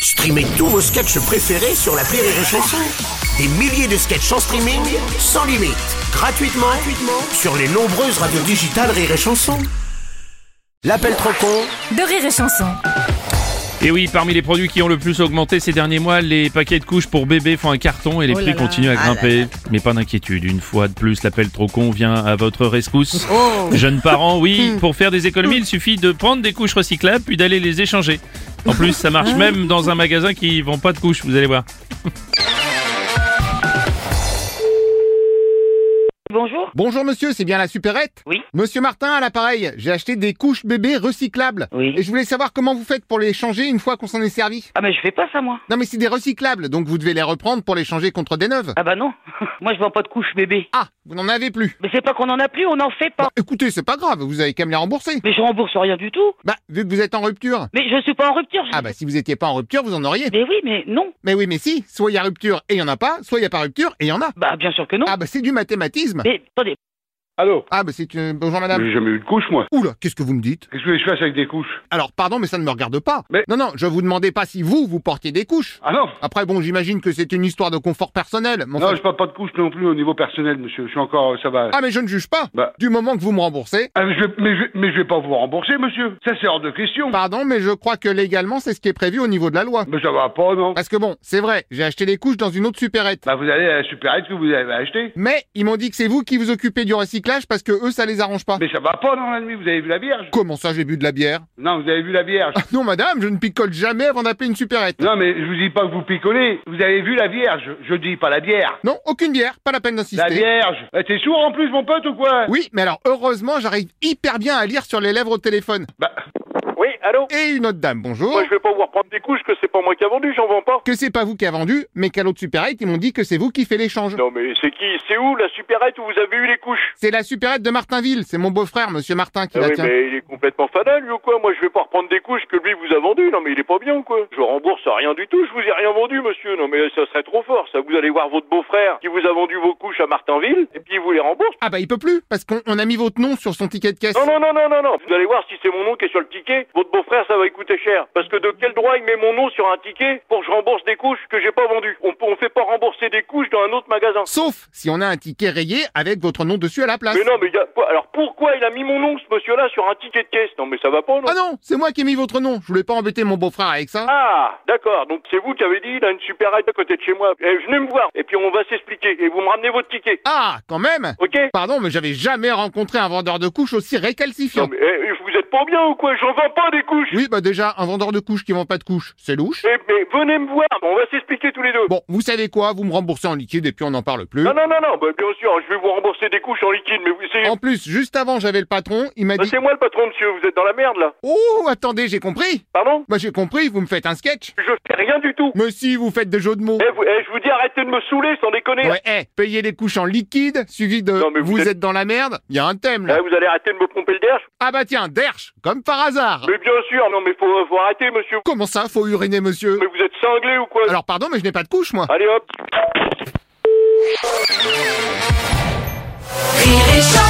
Streamez tous vos sketchs préférés sur l'appli Rire et Chanson. Des milliers de sketchs en streaming, sans limite, gratuitement sur les nombreuses radios digitales Rire et Chanson. L'appel trop con de Rire et Chanson. Et oui, parmi les produits qui ont le plus augmenté ces derniers mois, les paquets de couches pour bébés font un carton et les prix continuent à grimper. Mais pas d'inquiétude, une fois de plus, l'appel trop con vient à votre rescousse. Jeunes parents, oui, pour faire des économies, il suffit de prendre des couches recyclables puis d'aller les échanger. En plus, ça marche même dans un magasin qui vend pas de couches, vous allez voir. Bonjour. Bonjour monsieur, c'est bien la supérette ? Oui. Monsieur Martin à l'appareil, j'ai acheté des couches bébés recyclables. Oui. Et je voulais savoir comment vous faites pour les changer une fois qu'on s'en est servi. Ah mais je fais pas ça moi. Non mais c'est des recyclables, donc vous devez les reprendre pour les changer contre des neuves. Ah bah non, moi je vends pas de couches bébé. Ah, vous n'en avez plus. Mais c'est pas qu'on en a plus, on en fait pas. Bah, écoutez, c'est pas grave, vous avez qu'à me les rembourser. Mais je rembourse rien du tout. Bah, vu que vous êtes en rupture. Mais je suis pas en rupture. Ah bah si vous étiez pas en rupture, vous en auriez. Mais oui, mais non. Mais oui, mais si, soit il y a rupture et il y en a pas, soit il y a pas rupture et il y en a. Bah bien sûr que non. Ah bah c'est du mathématisme. Mais attendez. Allô? Ah bah c'est une... Bonjour madame. J'ai jamais eu de couche, moi. Oula, qu'est-ce que vous me dites ? Qu'est-ce que je fasse avec des couches? Alors pardon, mais ça ne me regarde pas. Mais- Non, je vous demandais pas si vous portiez des couches. Ah non! Après bon, j'imagine que c'est une histoire de confort personnel. Mais Non, enfin- je parle pas de couches non plus au niveau personnel, monsieur. Je suis encore, ça va. Ah mais je ne juge pas. Bah. Du moment que vous me remboursez. Ah, mais je vais pas vous rembourser, monsieur. Ça, c'est hors de question. Pardon, mais je crois que légalement c'est ce qui est prévu au niveau de la loi. Mais ça va pas, non? Parce que bon, c'est vrai, j'ai acheté les couches dans une autre supérette. Bah, vous allez à la supérette que vous avez acheté. Mais ils m'ont dit que c'est vous qui vous occupez du recyclage parce que eux ça les arrange pas. Mais ça va pas dans la nuit. Vous avez vu la Vierge? Comment ça j'ai bu de la bière ? Non, vous avez vu la Vierge. Ah non madame, je ne picole jamais avant d'appeler une supérette. Non, mais je vous dis pas que vous picolez. Vous avez vu la Vierge. Je dis pas la bière. Non, aucune bière, pas la peine d'insister. La Vierge. Bah, t'es sourd en plus, mon pote, ou quoi? Oui, mais alors heureusement j'arrive hyper bien à lire sur les lèvres au téléphone. Bah, Oui, allô? Et une autre dame, bonjour. Moi, je vais pas vous reprendre des couches que c'est pas moi qui a vendu, j'en vends pas. Que c'est pas vous qui a vendu, mais qu'à l'autre supérette ils m'ont dit que c'est vous qui fait l'échange. Non, mais c'est qui? C'est où, la supérette où vous avez eu les couches? C'est la supérette de Martinville, c'est mon beau-frère, monsieur Martin, qui Ah la oui, tient. mais il est complètement fanal, lui, ou quoi? Moi, je vais pas reprendre des couches que lui vous a vendues. Non, mais il est pas bien, ou quoi? Je rembourse rien du tout, je vous ai rien vendu, monsieur. Non, mais ça serait trop fort, ça. Vous allez voir votre beau-frère qui vous a vendu vos couches à Martinville, et puis il vous les rembourse. Ah bah il peut plus, parce qu'on a mis votre nom sur son ticket de caisse. Non. Vous allez voir si c'est mon nom qui est sur le ticket. Votre beau-frère, ça va lui coûter cher. Parce que de quel droit il met mon nom sur un ticket pour que je rembourse des couches que j'ai pas vendues? On fait pas rembourser des couches dans un autre magasin. Sauf si on a un ticket rayé avec votre nom dessus à la place. Mais non, mais alors pourquoi il a mis mon nom, ce monsieur-là, sur un ticket de caisse? Non, mais ça va pas, non? Ah non, c'est moi qui ai mis votre nom, je voulais pas embêter mon beau-frère avec ça. Ah, d'accord. Donc c'est vous qui avez dit, il a une supérette à côté de chez moi. Venez me voir, et puis on va s'expliquer. Et vous me ramenez votre ticket. Ah, quand même. Ok? Pardon, mais j'avais jamais rencontré un vendeur de couches aussi récalcifiant. Non, mais vous êtes pas bien ou quoi? J'en vends pas des couches. Oui, bah déjà, un vendeur de couches qui vend pas de couches, c'est louche. Mais venez me voir, on va s'expliquer tous les deux. Bon, vous savez quoi, vous me remboursez en liquide et puis on n'en parle plus. Non, bah, bien sûr, je vais vous rembourser des couches en liquide, mais c'est... En plus, juste avant, j'avais le patron, il m'a Bah, dit... c'est moi le patron, monsieur, vous êtes dans la merde, là. Oh, attendez, j'ai compris. Pardon? Bah j'ai compris, vous me faites un sketch. Je fais rien du tout. Mais si, vous faites des jeux de mots. Je vous dis, arrêtez de me saouler, sans déconner. Ouais, payez les couches en liquide, suivi de Non, mais vous vous êtes- êtes dans la merde, il y a un thème là. Vous allez arrêter de me pomper le derche? Ah bah tiens, derche, comme par hasard. Mais bien sûr, non, mais faut arrêter, monsieur. Comment ça, faut uriner monsieur? Mais vous êtes cinglé ou quoi? Alors pardon, mais je n'ai pas de couche moi. Allez hop. Rire et Chanson.